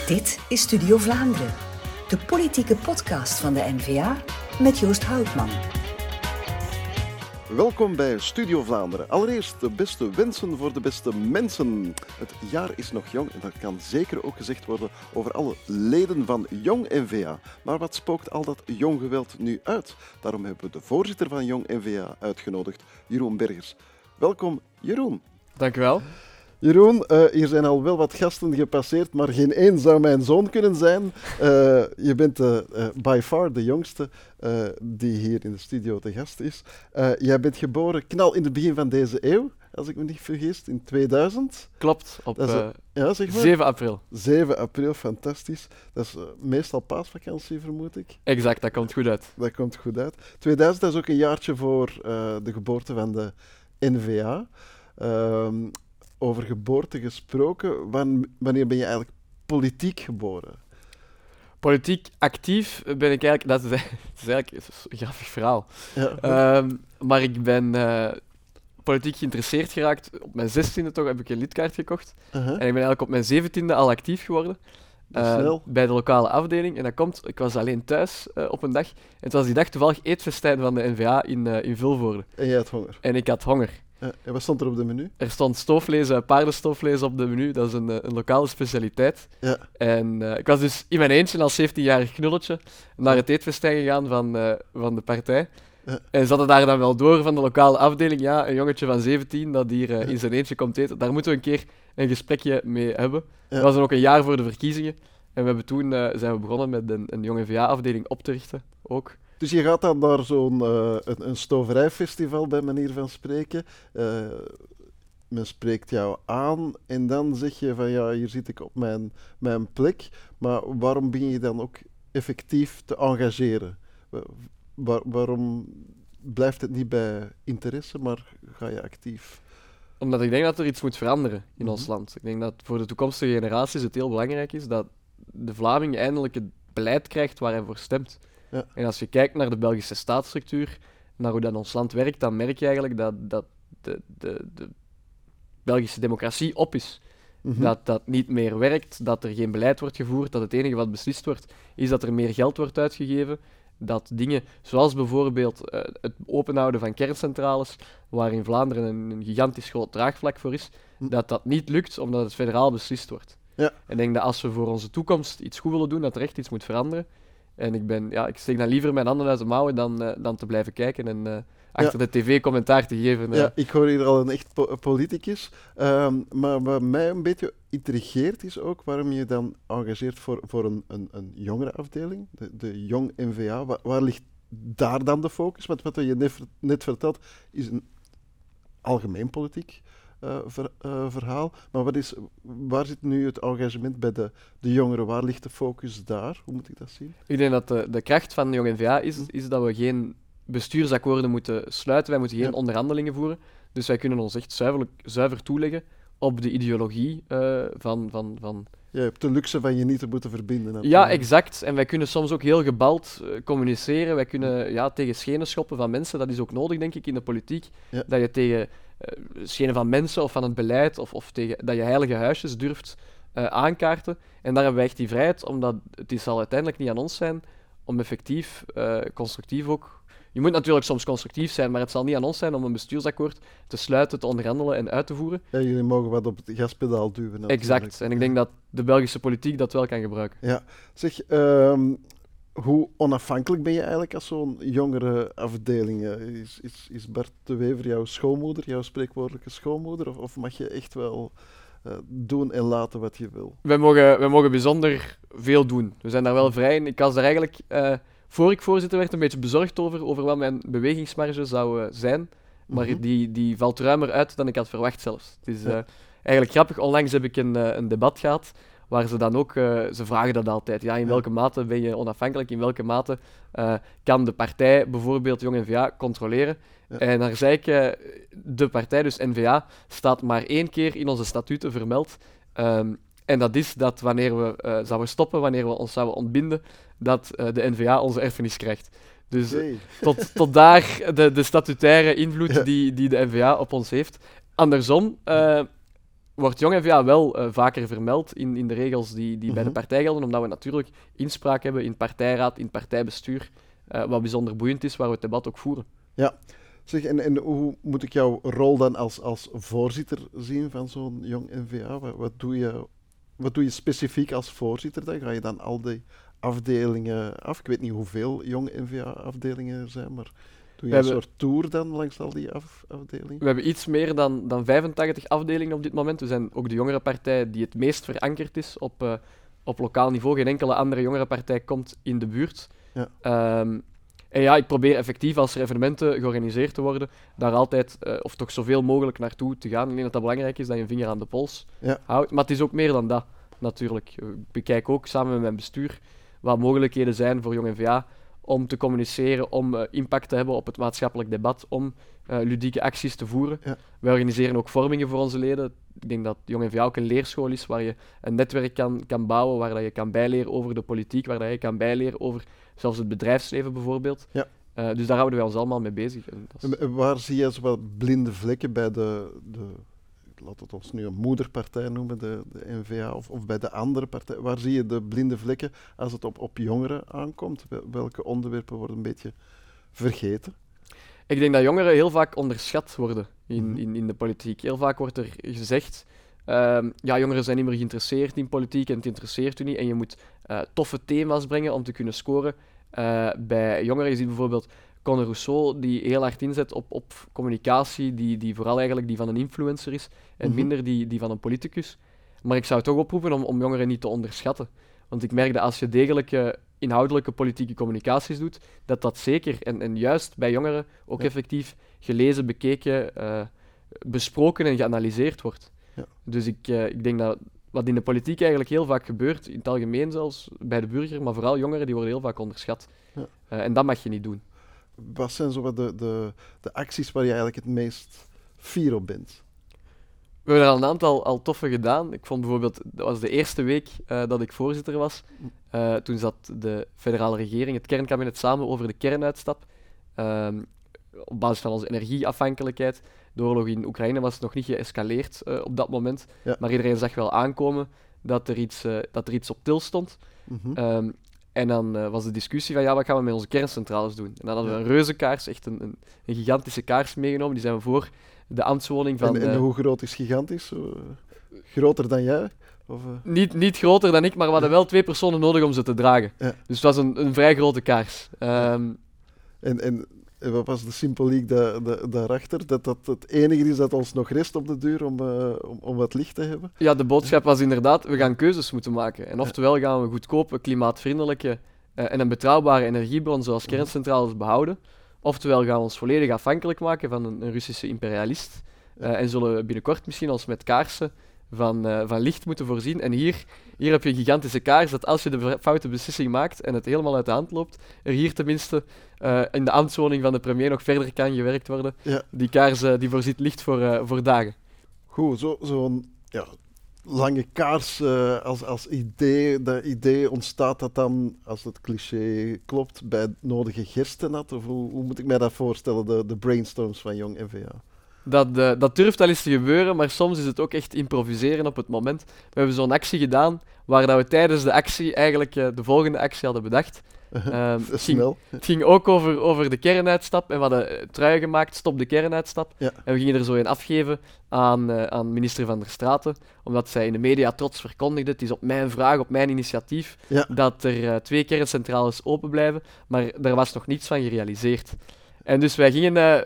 Dit is Studio Vlaanderen, de politieke podcast van de N-VA met Joost Houtman. Welkom bij Studio Vlaanderen. Allereerst de beste wensen voor de beste mensen. Het jaar is nog jong en dat kan zeker ook gezegd worden over alle leden van Jong N-VA. Maar wat spookt al dat jong geweld nu uit? Daarom hebben we de voorzitter van Jong N-VA uitgenodigd, Jeroen Bergers. Welkom, Jeroen. Dank u wel. Jeroen, hier zijn al wel wat gasten gepasseerd, maar geen één zou mijn zoon kunnen zijn. Je bent by far de jongste die hier in de studio te gast is. Jij bent geboren knal in het begin van deze eeuw, als ik me niet vergis, in 2000. Klopt, op ja, zeg maar. 7 april. 7 april, fantastisch. Dat is meestal paasvakantie, vermoed ik. Exact, dat komt goed uit. Dat komt goed uit. 2000, dat is ook een jaartje voor de geboorte van de N-VA. Over geboorte gesproken, wanneer ben je eigenlijk politiek geboren? Politiek actief ben ik eigenlijk... Dat is eigenlijk een grappig verhaal. Ja. Maar ik ben politiek geïnteresseerd geraakt. Op mijn 16e toch heb ik een lidkaart gekocht. Uh-huh. En ik ben eigenlijk op mijn 17e al actief geworden. Bij de lokale afdeling. En dat komt, ik was alleen thuis op een dag. En het was die dag toevallig eetfestijn van de N-VA in Vilvoorde. En jij had honger? En ik had honger. En wat stond er op de menu? Er stond stoofvlees, paardenstoofvlees op de menu. Dat is een lokale specialiteit. Ja. En ik was dus in mijn eentje als 17-jarig knulletje naar het eetfestijn gegaan van de partij. Ja. En ze hadden daar dan wel door van de lokale afdeling. Ja, een jongetje van 17 dat hier in zijn eentje komt eten. Daar moeten we een keer een gesprekje mee hebben. Ja. Dat was dan ook een jaar voor de verkiezingen. En we hebben toen zijn we begonnen met een jonge VA-afdeling op te richten. Ook. Dus je gaat dan naar zo'n een stoverijfestival, bij manier van spreken. Men spreekt jou aan en dan zeg je van ja, hier zit ik op mijn plek. Maar waarom begin je dan ook effectief te engageren? Waarom blijft het niet bij interesse, maar ga je actief? Omdat ik denk dat er iets moet veranderen in ons land. Ik denk dat voor de toekomstige generaties het heel belangrijk is dat de Vlaming eindelijk het beleid krijgt waar hij voor stemt. Ja. En als je kijkt naar de Belgische staatsstructuur, naar hoe dat ons land werkt, dan merk je eigenlijk dat de Belgische democratie op is. Mm-hmm. Dat niet meer werkt, dat er geen beleid wordt gevoerd, dat het enige wat beslist wordt, is dat er meer geld wordt uitgegeven. Dat dingen, zoals bijvoorbeeld het openhouden van kerncentrales, waar in Vlaanderen een gigantisch groot draagvlak voor is, dat niet lukt omdat het federaal beslist wordt. Ja. Ik denk dat als we voor onze toekomst iets goed willen doen, dat er echt iets moet veranderen. En ik steek dan liever mijn handen uit de mouwen dan te blijven kijken en achter de tv commentaar te geven. Ja, ik hoor hier al een echt politicus. Maar wat mij een beetje intrigeert is ook waarom je dan engageert voor een jongerenafdeling, de Jong N-VA. Waar ligt daar dan de focus? Want wat je net vertelt is een algemeen politiek verhaal. Maar waar zit nu het engagement bij de jongeren? Waar ligt de focus daar? Hoe moet ik dat zien? Ik denk dat de kracht van de Jong N-VA is dat we geen bestuursakkoorden moeten sluiten. Wij moeten geen onderhandelingen voeren. Dus wij kunnen ons echt zuiver toeleggen op de ideologie van... Je hebt de luxe van je niet te moeten verbinden. Natuurlijk. Ja, exact. En wij kunnen soms ook heel gebald communiceren. Wij kunnen tegen schenen schoppen van mensen. Dat is ook nodig, denk ik, in de politiek. Ja. Dat je tegen schenen van mensen of van het beleid of tegen, dat je heilige huisjes durft aankaarten. En daar hebben wij echt die vrijheid, omdat het zal uiteindelijk niet aan ons zijn om effectief, constructief ook... Je moet natuurlijk soms constructief zijn, maar het zal niet aan ons zijn om een bestuursakkoord te sluiten, te onderhandelen en uit te voeren. Ja, jullie mogen wat op het gaspedaal duwen. Natuurlijk. Exact. En ik denk dat de Belgische politiek dat wel kan gebruiken. Ja. Zeg, hoe onafhankelijk ben je eigenlijk als zo'n jongere afdeling? Is Bart de Wever jouw schoonmoeder, jouw spreekwoordelijke schoonmoeder? Of mag je echt wel doen en laten wat je wil? Wij mogen bijzonder veel doen. We zijn daar wel vrij in. Ik was daar eigenlijk... voor ik voorzitter werd, een beetje bezorgd over wat mijn bewegingsmarge zou zijn. Maar die valt ruimer uit dan ik had verwacht zelfs. Het is eigenlijk grappig. Onlangs heb ik een debat gehad, waar ze dan ook... ze vragen dat altijd. Ja, in welke mate ben je onafhankelijk? In welke mate kan de partij bijvoorbeeld Jong N-VA controleren? Ja. En daar zei ik, de partij, dus N-VA, staat maar 1 keer in onze statuten vermeld. En dat is dat wanneer we zouden stoppen, wanneer we ons zouden ontbinden, dat de N-VA onze erfenis krijgt. Dus tot daar de statutaire invloed die de N-VA op ons heeft. Andersom wordt Jong N-VA wel vaker vermeld in de regels die bij de Mhm. partij gelden, omdat we natuurlijk inspraak hebben in partijraad, in partijbestuur, wat bijzonder boeiend is, waar we het debat ook voeren. Ja. Zeg, en hoe moet ik jouw rol dan als voorzitter zien van zo'n Jong N-VA? Wat doe je specifiek als voorzitter dan? Ga je dan al die afdelingen af? Ik weet niet hoeveel Jong N-VA-afdelingen er zijn, maar doe je We een hebben- soort tour dan langs al die afdelingen? We hebben iets meer dan 85 afdelingen op dit moment. We zijn ook de jongerenpartij die het meest verankerd is op lokaal niveau. Geen enkele andere jongerenpartij komt in de buurt. Ja. En ja, ik probeer effectief als er evenementen georganiseerd te worden, daar altijd, of toch zoveel mogelijk naartoe te gaan. Ik denk dat dat belangrijk is, dat je een vinger aan de pols Ja. houdt. Maar het is ook meer dan dat, natuurlijk. Ik bekijk ook samen met mijn bestuur wat mogelijkheden zijn voor Jong N-VA om te communiceren, om impact te hebben op het maatschappelijk debat, om ludieke acties te voeren. Ja. Wij organiseren ook vormingen voor onze leden. Ik denk dat Jong N-VA ook een leerschool is waar je een netwerk kan bouwen, waar dat je kan bijleren over de politiek, waar dat je kan bijleren over zelfs het bedrijfsleven bijvoorbeeld. Ja. Dus daar houden wij ons allemaal mee bezig. En dat is- En waar zie je zo wat blinde vlekken bij laat het ons nu een moederpartij noemen, de N-VA, of bij de andere partij? Waar zie je de blinde vlekken als het op jongeren aankomt? Welke onderwerpen worden een beetje vergeten? Ik denk dat jongeren heel vaak onderschat worden Mhm. in de politiek. Heel vaak wordt er gezegd, ja, jongeren zijn niet meer geïnteresseerd in politiek en het interesseert u niet. En je moet toffe thema's brengen om te kunnen scoren. Bij jongeren, je ziet bijvoorbeeld Conor Rousseau, die heel hard inzet op communicatie, die vooral eigenlijk die van een influencer is, en Mhm. minder die van een politicus. Maar ik zou toch oproepen om jongeren niet te onderschatten. Want ik merk dat als je degelijke inhoudelijke politieke communicaties doet, dat zeker, en juist bij jongeren, ook Ja. effectief gelezen, bekeken, besproken en geanalyseerd wordt. Ja. Dus ik denk dat wat in de politiek eigenlijk heel vaak gebeurt, in het algemeen zelfs, bij de burger, maar vooral jongeren, die worden heel vaak onderschat. Ja. En dat mag je niet doen. Wat zijn zo wat de acties waar je eigenlijk het meest fier op bent? We hebben er al een aantal al toffe gedaan. Ik vond bijvoorbeeld, dat was de eerste week dat ik voorzitter was. Toen zat de federale regering, het kernkabinet, samen over de kernuitstap. Op basis van onze energieafhankelijkheid. De oorlog in Oekraïne was nog niet geëscaleerd op dat moment. Ja. Maar iedereen zag wel aankomen dat er iets op til stond. Mhm. En dan was de discussie van, ja, wat gaan we met onze kerncentrales doen? En dan hadden we Ja. een reuzenkaars, echt een gigantische kaars meegenomen. Die zijn we voor de ambtswoning van... En hoe groot is gigantisch? Groter dan jij? Of, Niet groter dan ik, maar we hadden wel 2 personen nodig om ze te dragen. Ja. Dus het was een vrij grote kaars. En wat was de symboliek daarachter? Dat het enige is dat ons nog rest op de duur om wat licht te hebben? Ja, de boodschap was inderdaad, we gaan keuzes moeten maken. En oftewel gaan we goedkope, klimaatvriendelijke en een betrouwbare energiebron zoals kerncentrales behouden. Oftewel gaan we ons volledig afhankelijk maken van een Russische imperialist. En zullen we binnenkort misschien ons met kaarsen van licht moeten voorzien. En hier heb je een gigantische kaars, dat als je de foute beslissing maakt en het helemaal uit de hand loopt, er hier tenminste in de ambtswoning van de premier nog verder kan gewerkt worden. Ja. Die kaars die voorziet licht voor dagen. Goed, zo'n lange kaars als idee. Dat idee ontstaat dat dan, als het cliché klopt, bij het nodige gerstenat? Of hoe moet ik mij dat voorstellen, de brainstorms van Jong N-VA? Dat durft wel eens te gebeuren, maar soms is het ook echt improviseren op het moment. We hebben zo'n actie gedaan waar dat we tijdens de actie eigenlijk de volgende actie hadden bedacht. Snel. Het ging ook over de kernuitstap en we hadden truien gemaakt, stop de kernuitstap. Ja. En we gingen er zo een afgeven aan minister Van der Straten, omdat zij in de media trots verkondigde, het is op mijn vraag, op mijn initiatief, Ja. dat er 2 kerncentrales open blijven, maar er was nog niets van gerealiseerd. En dus wij gingen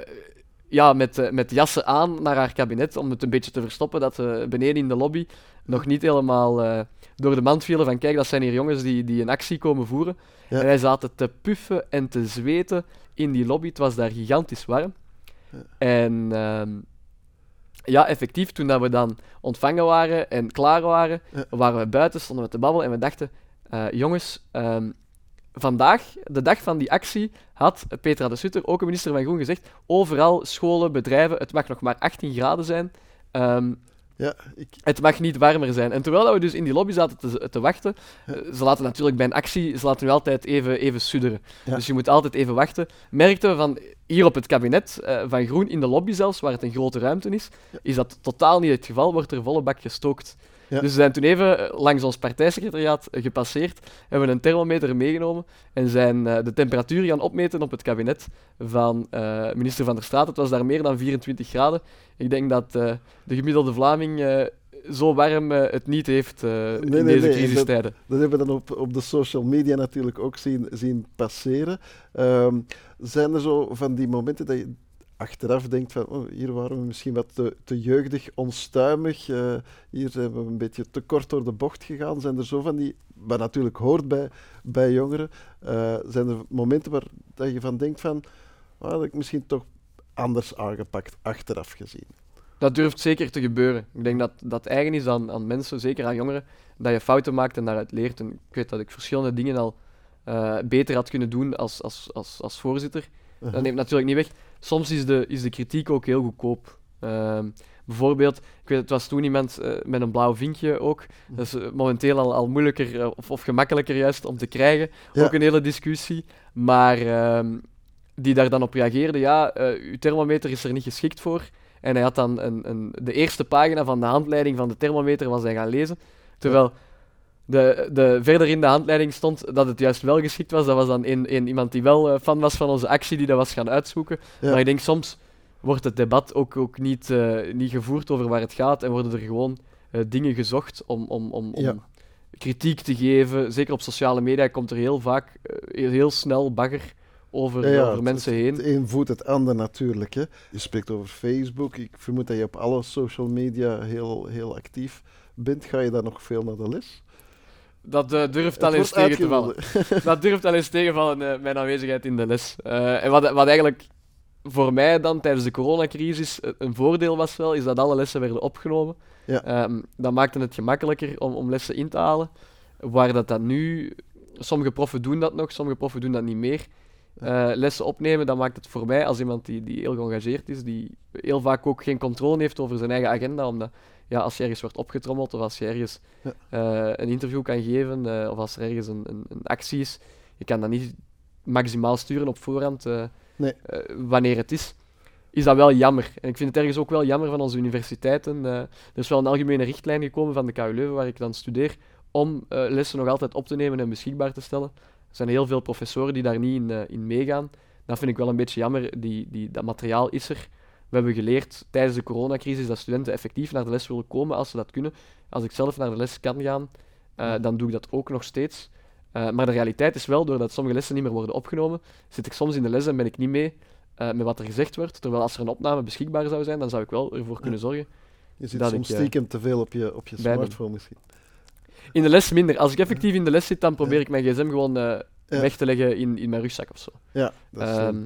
met jassen aan naar haar kabinet om het een beetje te verstoppen dat we beneden in de lobby nog niet helemaal door de mand vielen van kijk, dat zijn hier jongens die een actie komen voeren. Ja. En wij zaten te puffen en te zweten in die lobby. Het was daar gigantisch warm. Ja. En effectief, toen dat we dan ontvangen waren en klaar waren, Ja. waren we buiten, stonden we te babbelen en we dachten, jongens, vandaag, de dag van die actie, had Petra de Sutter, ook een minister van Groen, gezegd, overal scholen, bedrijven, het mag nog maar 18 graden zijn. Ja, Het mag niet warmer zijn. En terwijl dat we dus in die lobby zaten te wachten, ze laten natuurlijk bij een actie, ze laten nu altijd even sudderen. Ja. Dus je moet altijd even wachten. Merkten we van hier op het kabinet, van Groen in de lobby zelfs, waar het een grote ruimte is dat totaal niet het geval, wordt er volle bak gestookt. Ja. Dus we zijn toen even langs ons partijsecretariaat gepasseerd, hebben een thermometer meegenomen en zijn de temperatuur gaan opmeten op het kabinet van minister Van der Straat. Het was daar meer dan 24 graden. Ik denk dat de gemiddelde Vlaming zo warm het niet heeft in deze crisistijden. Dat hebben we dan op de social media natuurlijk ook zien passeren. Zijn er zo van die momenten dat je achteraf denkt van, oh, hier waren we misschien wat te jeugdig, onstuimig, hier zijn we een beetje te kort door de bocht gegaan. Zijn er zo van die, wat natuurlijk hoort bij jongeren, zijn er momenten waar dat je van denkt van, dat heb ik misschien toch anders aangepakt, achteraf gezien? Dat durft zeker te gebeuren. Ik denk dat dat eigen is aan mensen, zeker aan jongeren, dat je fouten maakt en daaruit leert. En ik weet dat ik verschillende dingen al beter had kunnen doen als voorzitter. Dat neemt natuurlijk niet weg. Soms is de kritiek ook heel goedkoop. Bijvoorbeeld, ik weet, het was toen iemand met een blauw vinkje ook. Dat is momenteel al moeilijker of gemakkelijker juist om te krijgen. Ja. Ook een hele discussie. Maar die daar dan op reageerde, ja, uw thermometer is er niet geschikt voor. En hij had dan de eerste pagina van de handleiding van de thermometer was hij gaan lezen. Terwijl verder in de handleiding stond dat het juist wel geschikt was. Dat was dan iemand die wel fan was van onze actie, die dat was gaan uitzoeken. Ja. Maar ik denk soms wordt het debat ook niet gevoerd over waar het gaat en worden er gewoon dingen gezocht om Ja. kritiek te geven. Zeker op sociale media komt er heel vaak heel snel bagger over mensen heen. Het een voedt het ander natuurlijk. Hè. Je spreekt over Facebook. Ik vermoed dat je op alle social media heel actief bent. Ga je daar nog veel naar de les? Dat durft al eens tegen te vallen. Dat durft al eens tegenvallen, mijn aanwezigheid in de les. En wat eigenlijk voor mij dan tijdens de coronacrisis een voordeel was wel, is dat alle lessen werden opgenomen. Ja. Dat maakte het gemakkelijker om lessen in te halen. Waar dat nu... Sommige proffen doen dat nog, sommige proffen doen dat niet meer. Lessen opnemen, dat maakt het voor mij, als iemand die heel geëngageerd is, die heel vaak ook geen controle heeft over zijn eigen agenda, omdat als je ergens wordt opgetrommeld of als je ergens een interview kan geven of als er ergens een actie is, je kan dat niet maximaal sturen op voorhand wanneer het is dat wel jammer. En ik vind het ergens ook wel jammer van onze universiteiten. Er is wel een algemene richtlijn gekomen van de KU Leuven, waar ik dan studeer, om lessen nog altijd op te nemen en beschikbaar te stellen. Er zijn heel veel professoren die daar niet in meegaan. Dat vind ik wel een beetje jammer. Dat materiaal is er. We hebben geleerd tijdens de coronacrisis dat studenten effectief naar de les willen komen als ze dat kunnen. Als ik zelf naar de les kan gaan, dan doe ik dat ook nog steeds. Maar de realiteit is wel, doordat sommige lessen niet meer worden opgenomen, zit ik soms in de les en ben ik niet mee met wat er gezegd wordt. Terwijl als er een opname beschikbaar zou zijn, dan zou ik wel ervoor kunnen zorgen. Je zit soms stiekem te veel op je smartphone misschien. In de les minder. Als ik effectief in de les zit, dan probeer ik mijn gsm gewoon weg te leggen in mijn rugzak of zo. Ja, dat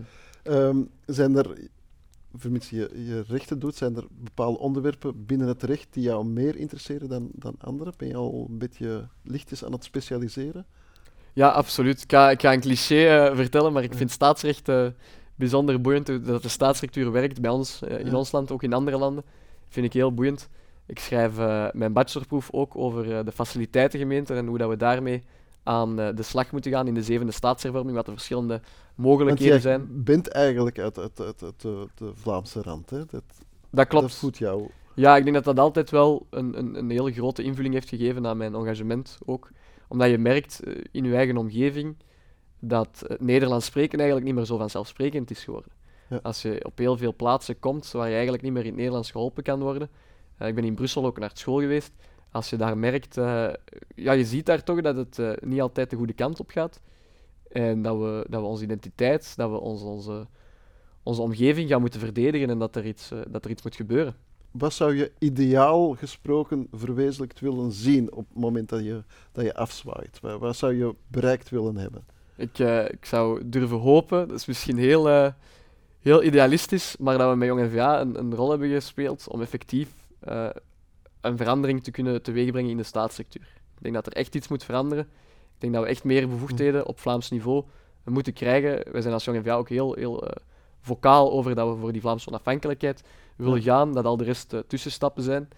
is zijn er, vermits je rechten doet, zijn er bepaalde onderwerpen binnen het recht die jou meer interesseren dan andere? Ben je al een beetje lichtjes aan het specialiseren? Ja, absoluut. Ik ga een cliché vertellen, maar ik vind staatsrecht bijzonder boeiend. Dat de staatsstructuur werkt bij ons, in ons land, ook in andere landen, vind ik heel boeiend. Ik schrijf mijn bachelorproef ook over de faciliteitengemeenten en hoe dat we daarmee aan de slag moeten gaan in de 7e staatshervorming, wat de verschillende mogelijkheden zijn. Want jij bent eigenlijk uit de Vlaamse rand, hè? Dat klopt. Dat voedt jou. Ja, ik denk dat dat altijd wel een hele grote invulling heeft gegeven aan mijn engagement ook. Omdat je merkt in je eigen omgeving dat het Nederlands spreken eigenlijk niet meer zo vanzelfsprekend is geworden. Ja. Als je op heel veel plaatsen komt waar je eigenlijk niet meer in het Nederlands geholpen kan worden. Ik ben in Brussel ook naar school geweest. Als je daar merkt, je ziet daar toch dat het niet altijd de goede kant op gaat. En dat we onze identiteit, dat we onze omgeving gaan moeten verdedigen en dat er iets moet gebeuren. Wat zou je ideaal gesproken verwezenlijkt willen zien op het moment dat je afzwaait? Wat zou je bereikt willen hebben? Ik zou durven hopen, dat is misschien heel idealistisch, maar dat we met Jong N-VA een rol hebben gespeeld om effectief een verandering te kunnen teweegbrengen in de staatsstructuur. Ik denk dat er echt iets moet veranderen. Ik denk dat we echt meer bevoegdheden op Vlaams niveau moeten krijgen. Wij zijn als Jong N-VA ook heel vocaal over dat we voor die Vlaamse onafhankelijkheid willen gaan, dat al de rest tussenstappen zijn.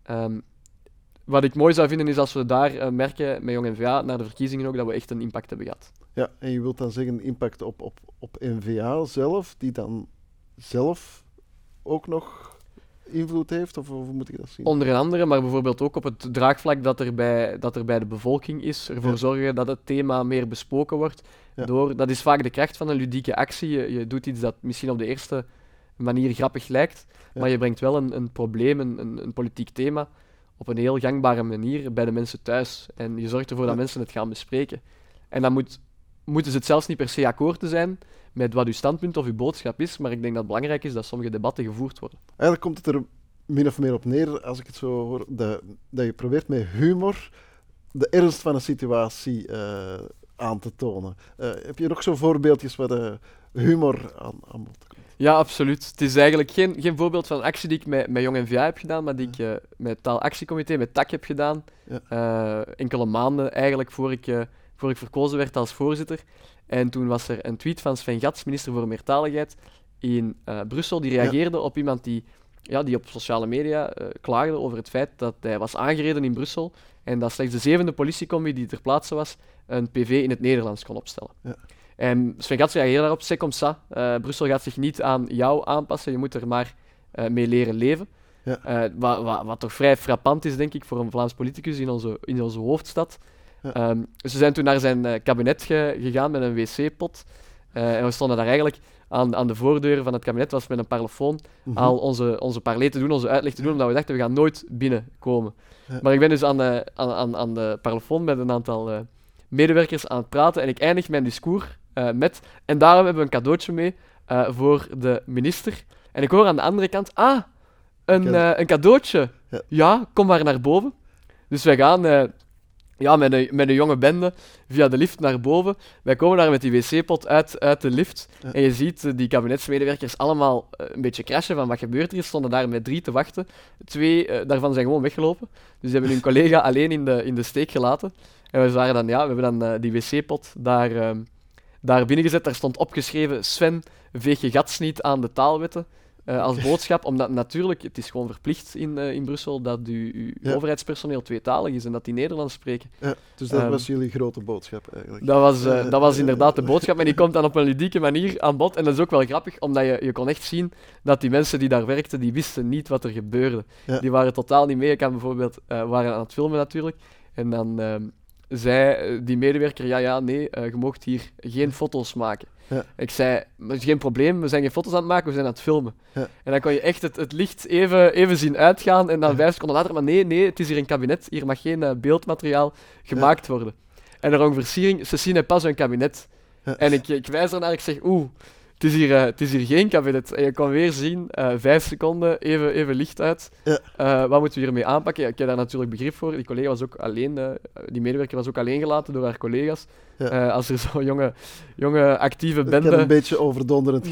Wat ik mooi zou vinden is als we daar merken met Jong N-VA naar de verkiezingen ook dat we echt een impact hebben gehad. Ja, en je wilt dan zeggen impact op N-VA zelf, die dan zelf ook nog invloed heeft? Of hoe moet ik dat zien? Onder andere, maar bijvoorbeeld ook op het draagvlak dat er bij de bevolking is. Ervoor zorgen dat het thema meer besproken wordt. Ja. Dat is vaak de kracht van een ludieke actie. Je doet iets dat misschien op de eerste manier grappig lijkt, maar je brengt wel een probleem, een politiek thema, op een heel gangbare manier bij de mensen thuis. En je zorgt ervoor dat mensen het gaan bespreken. En dan moeten ze het zelfs niet per se akkoord te zijn met wat uw standpunt of uw boodschap is, maar ik denk dat het belangrijk is dat sommige debatten gevoerd worden. Eigenlijk komt het er min of meer op neer, als ik het zo hoor, dat je probeert met humor de ernst van een situatie aan te tonen. Heb je nog zo'n voorbeeldjes waar de humor aan bod komt? Ja, absoluut. Het is eigenlijk geen voorbeeld van een actie die ik met Jong N-VA heb gedaan, maar die ik met het Taalactiecomité, met TAC heb gedaan. Ja. Enkele maanden eigenlijk voor ik verkozen werd als voorzitter. En toen was er een tweet van Sven Gats, minister voor Meertaligheid, in Brussel, die reageerde op iemand die op sociale media klaagde over het feit dat hij was aangereden in Brussel en dat slechts de 7e politiecombi die ter plaatse was een PV in het Nederlands kon opstellen. Ja. En Sven Gats reageerde daarop, c'est comme ça, Brussel gaat zich niet aan jou aanpassen, je moet er maar mee leren leven. Ja. Wat toch vrij frappant is, denk ik, voor een Vlaams politicus in onze hoofdstad. Ja. Ze zijn toen naar zijn kabinet gegaan met een wc-pot. En we stonden daar eigenlijk aan de voordeur van het kabinet, was met een parlofoon, al onze parley te doen, onze uitleg te doen, omdat we dachten, we gaan nooit binnenkomen. Ja. Maar ik ben dus aan de parlofoon met een aantal medewerkers aan het praten en ik eindig mijn discours met, en daarom hebben we een cadeautje mee voor de minister. En ik hoor aan de andere kant, een cadeautje. Ja, kom maar naar boven. Dus wij gaan met een jonge bende via de lift naar boven. Wij komen daar met die wc-pot uit de lift. Ja. En je ziet die kabinetsmedewerkers allemaal een beetje crashen van wat gebeurt er. Ze stonden daar met 3 te wachten. 2 daarvan zijn gewoon weggelopen. Dus die hebben hun collega alleen in de steek gelaten. En we hebben dan die wc-pot daar binnen gezet. Daar stond opgeschreven, Sven, veeg je gats niet aan de taalwetten. Als boodschap, omdat natuurlijk, het is gewoon verplicht in Brussel dat uw overheidspersoneel tweetalig is en dat die Nederlands spreken. Ja, dus dat was jullie grote boodschap eigenlijk. Dat was inderdaad de boodschap, en die komt dan op een ludieke manier aan bod. En dat is ook wel grappig, omdat je kon echt zien dat die mensen die daar werkten, die wisten niet wat er gebeurde. Ja. Die waren totaal niet mee. Ik bijvoorbeeld waren aan het filmen natuurlijk, en dan zei die medewerker, nee, je mocht hier geen foto's maken. Ja. Ik zei, dat is geen probleem, we zijn geen foto's aan het maken, we zijn aan het filmen. Ja. En dan kon je echt het licht even zien uitgaan en dan 5 seconden later, maar nee, het is hier een kabinet, hier mag geen beeldmateriaal gemaakt worden. En de rangversiering, Ceci n'est pas un kabinet. Ja. En ik wijs ernaar, ik zeg, het is hier geen kabinet. En je kon weer zien, 5 seconden, even licht uit. Ja. Wat moeten we hiermee aanpakken? Ja, ik heb daar natuurlijk begrip voor. Die collega was ook alleen, die medewerker was ook alleen gelaten door haar collega's. Ja. Als er zo'n jonge actieve bende een beetje overdonderend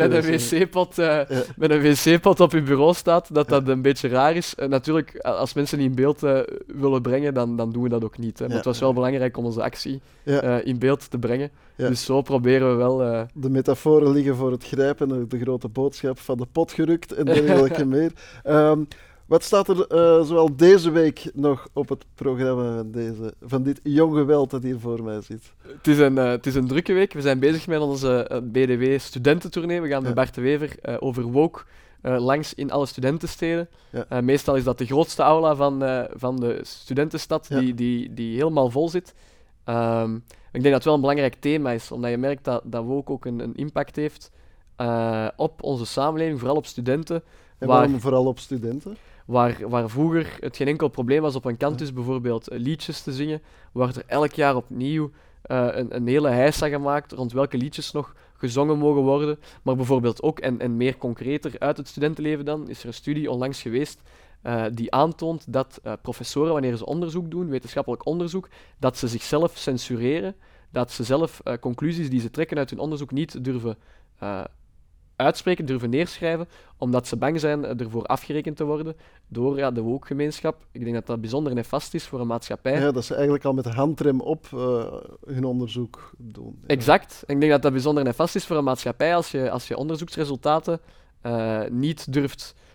met een wc-pot op je bureau staat, dat een beetje raar is. Natuurlijk, als mensen die in beeld willen brengen, dan doen we dat ook niet. Hè. Maar het was wel belangrijk om onze actie in beeld te brengen. Ja. Dus zo proberen we wel... De metaforen liggen voor het grijpen, de grote boodschap van de pot gerukt en dergelijke meer. Wat staat er zowel deze week nog op het programma van dit jong geweld dat hier voor mij zit? Het is een drukke week. We zijn bezig met onze BDW studententournee. We gaan met Bart de Wever over woke langs in alle studentensteden. Ja. Meestal is dat de grootste aula van de studentenstad die helemaal vol zit. Ik denk dat het wel een belangrijk thema is, omdat je merkt dat woke ook een impact heeft op onze samenleving, vooral op studenten. En waarom vooral op studenten? Waar vroeger het geen enkel probleem was op een campus bijvoorbeeld liedjes te zingen, wordt er elk jaar opnieuw een hele heisa gemaakt rond welke liedjes nog gezongen mogen worden. Maar bijvoorbeeld ook, en meer concreter uit het studentenleven dan, is er een studie onlangs geweest die aantoont dat professoren, wanneer ze onderzoek doen, wetenschappelijk onderzoek, dat ze zichzelf censureren, dat ze zelf conclusies die ze trekken uit hun onderzoek niet durven uitspreken, durven neerschrijven, omdat ze bang zijn ervoor afgerekend te worden door de woke-gemeenschap. Ik denk dat dat bijzonder nefast is voor een maatschappij. Ja, dat ze eigenlijk al met de handrem op hun onderzoek doen. Ja. Exact. En ik denk dat dat bijzonder nefast is voor een maatschappij als je onderzoeksresultaten niet durft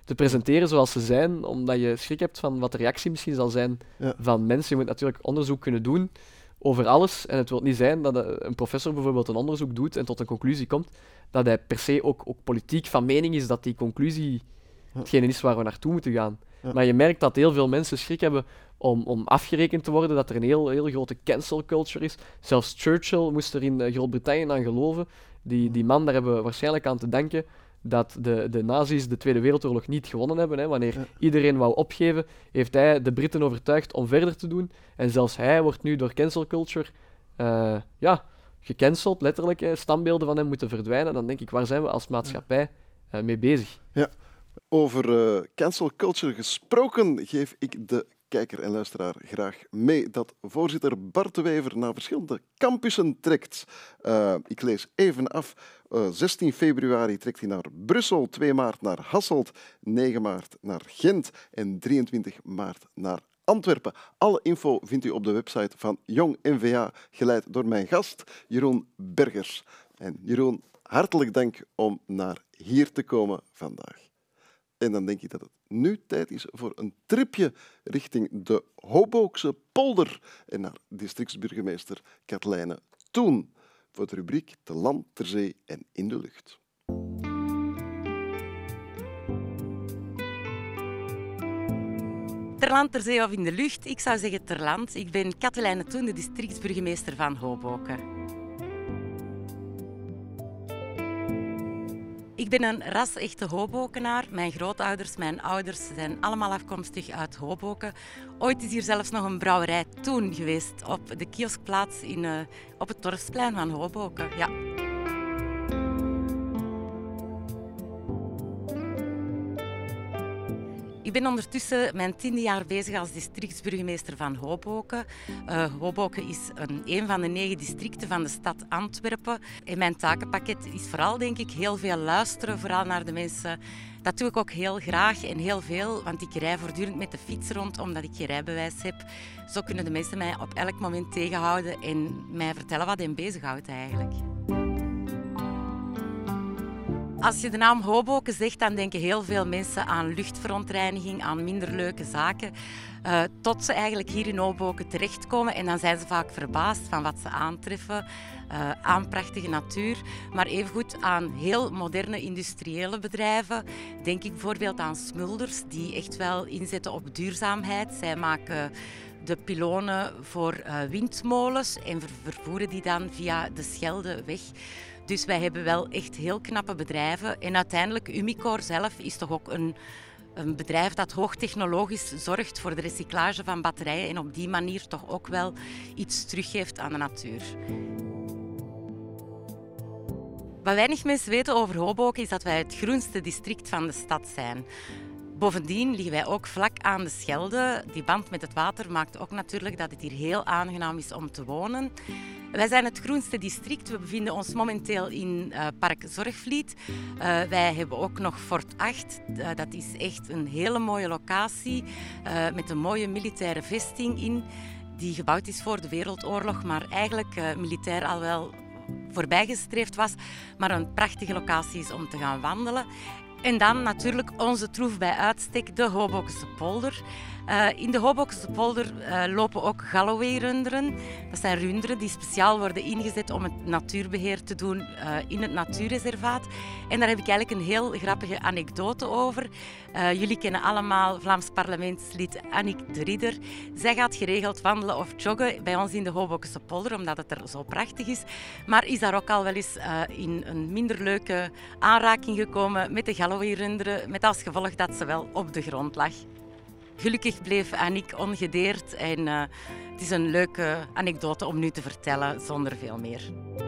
te presenteren zoals ze zijn, omdat je schrik hebt van wat de reactie misschien zal zijn van mensen. Je moet natuurlijk onderzoek kunnen doen over alles. En het wil niet zijn dat een professor bijvoorbeeld een onderzoek doet en tot een conclusie komt, dat hij per se ook politiek van mening is dat die conclusie hetgene is waar we naartoe moeten gaan. Ja. Maar je merkt dat heel veel mensen schrik hebben om afgerekend te worden, dat er een heel grote cancel culture is. Zelfs Churchill moest er in Groot-Brittannië aan geloven. Die man, daar hebben we waarschijnlijk aan te danken dat de nazi's de Tweede Wereldoorlog niet gewonnen hebben. Hè. Wanneer iedereen wou opgeven, heeft hij de Britten overtuigd om verder te doen. En zelfs hij wordt nu door cancel culture gecanceld, letterlijk. Hè. Standbeelden van hem moeten verdwijnen. Dan denk ik, waar zijn we als maatschappij mee bezig? Ja. Over cancel culture gesproken geef ik de kijker en luisteraar graag mee dat voorzitter Bart de Wever naar verschillende campussen trekt. Ik lees even af. 16 februari trekt hij naar Brussel, 2 maart naar Hasselt, 9 maart naar Gent en 23 maart naar Antwerpen. Alle info vindt u op de website van Jong NVA, geleid door mijn gast Jeroen Bergers. En Jeroen, hartelijk dank om naar hier te komen vandaag. En dan denk ik dat het nu tijd is voor een tripje richting de Hoboken polder en naar districtsburgemeester Katlijne Toen voor de rubriek Te land, ter zee en in de lucht. Ter land, ter zee of in de lucht? Ik zou zeggen ter land. Ik ben Katelijne Toen, de districtsburgemeester van Hoboken. Ik ben een ras-echte Hobokenaar. Mijn grootouders, mijn ouders zijn allemaal afkomstig uit Hoboken. Ooit is hier zelfs nog een brouwerij Toen geweest op de kioskplaats op het Dorpsplein van Hoboken. Ja. Ik ben ondertussen mijn 10e jaar bezig als districtsburgemeester van Hoboken. Hoboken is een van de 9 districten van de stad Antwerpen. En mijn takenpakket is vooral, denk ik, heel veel luisteren, vooral naar de mensen. Dat doe ik ook heel graag en heel veel, want ik rij voortdurend met de fiets rond omdat ik geen rijbewijs heb. Zo kunnen de mensen mij op elk moment tegenhouden en mij vertellen wat hen bezighoudt eigenlijk. Als je de naam Hoboken zegt, dan denken heel veel mensen aan luchtverontreiniging, aan minder leuke zaken. Tot ze eigenlijk hier in Hoboken terechtkomen en dan zijn ze vaak verbaasd van wat ze aantreffen. Aan prachtige natuur, maar evengoed aan heel moderne industriële bedrijven. Denk ik bijvoorbeeld aan Smulders, die echt wel inzetten op duurzaamheid. Zij maken de pylonen voor windmolens en vervoeren die dan via de Scheldeweg. Dus wij hebben wel echt heel knappe bedrijven. En uiteindelijk, Umicore zelf is toch ook een bedrijf dat hoogtechnologisch zorgt voor de recyclage van batterijen en op die manier toch ook wel iets teruggeeft aan de natuur. Wat weinig mensen weten over Hoboken is dat wij het groenste district van de stad zijn. Bovendien liggen wij ook vlak aan de Schelde. Die band met het water maakt ook natuurlijk dat het hier heel aangenaam is om te wonen. Wij zijn het groenste district. We bevinden ons momenteel in Park Zorgvliet. Wij hebben ook nog Fort 8. Dat is echt een hele mooie locatie met een mooie militaire vesting in. Die gebouwd is voor de Wereldoorlog, maar eigenlijk militair al wel voorbijgestreefd was. Maar een prachtige locatie is om te gaan wandelen. En dan natuurlijk onze troef bij uitstek, de Hobokense polder. In de Hobokense polder lopen ook Galloway-runderen. Dat zijn runderen die speciaal worden ingezet om het natuurbeheer te doen in het natuurreservaat. En daar heb ik eigenlijk een heel grappige anekdote over. Jullie kennen allemaal Vlaams parlementslid Annick de Ridder. Zij gaat geregeld wandelen of joggen bij ons in de Hobokense polder, omdat het er zo prachtig is. Maar is daar ook al wel eens in een minder leuke aanraking gekomen met de Galloway-runderen, met als gevolg dat ze wel op de grond lag. Gelukkig bleef Annick ongedeerd en het is een leuke anekdote om nu te vertellen zonder veel meer.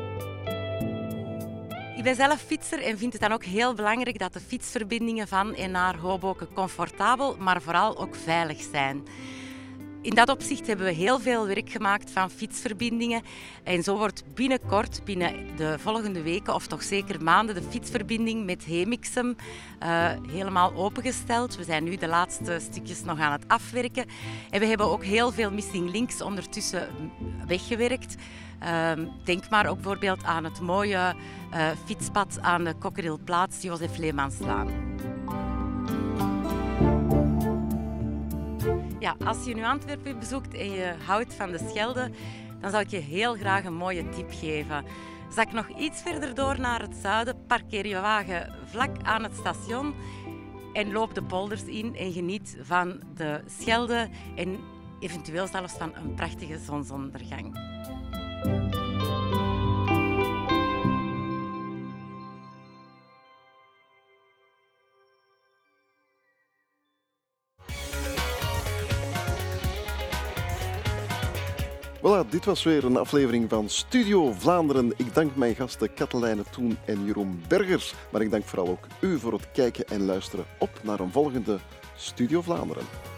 Ik ben zelf fietser en vind het dan ook heel belangrijk dat de fietsverbindingen van en naar Hoboken comfortabel, maar vooral ook veilig zijn. In dat opzicht hebben we heel veel werk gemaakt van fietsverbindingen. En zo wordt binnenkort, binnen de volgende weken of toch zeker maanden, de fietsverbinding met Hemixem helemaal opengesteld. We zijn nu de laatste stukjes nog aan het afwerken. En we hebben ook heel veel missing links ondertussen weggewerkt. Denk maar ook bijvoorbeeld aan het mooie fietspad aan de Kokkerilplaats, Josef Leemanslaan. Ja, als je nu Antwerpen bezoekt en je houdt van de Schelde, dan zou ik je heel graag een mooie tip geven. Zak nog iets verder door naar het zuiden, parkeer je wagen vlak aan het station en loop de polders in en geniet van de Schelde en eventueel zelfs van een prachtige zonsondergang. Voilà, dit was weer een aflevering van Studio Vlaanderen. Ik dank mijn gasten Katelijne Toen en Jeroen Bergers. Maar ik dank vooral ook u voor het kijken en luisteren. Op naar een volgende Studio Vlaanderen.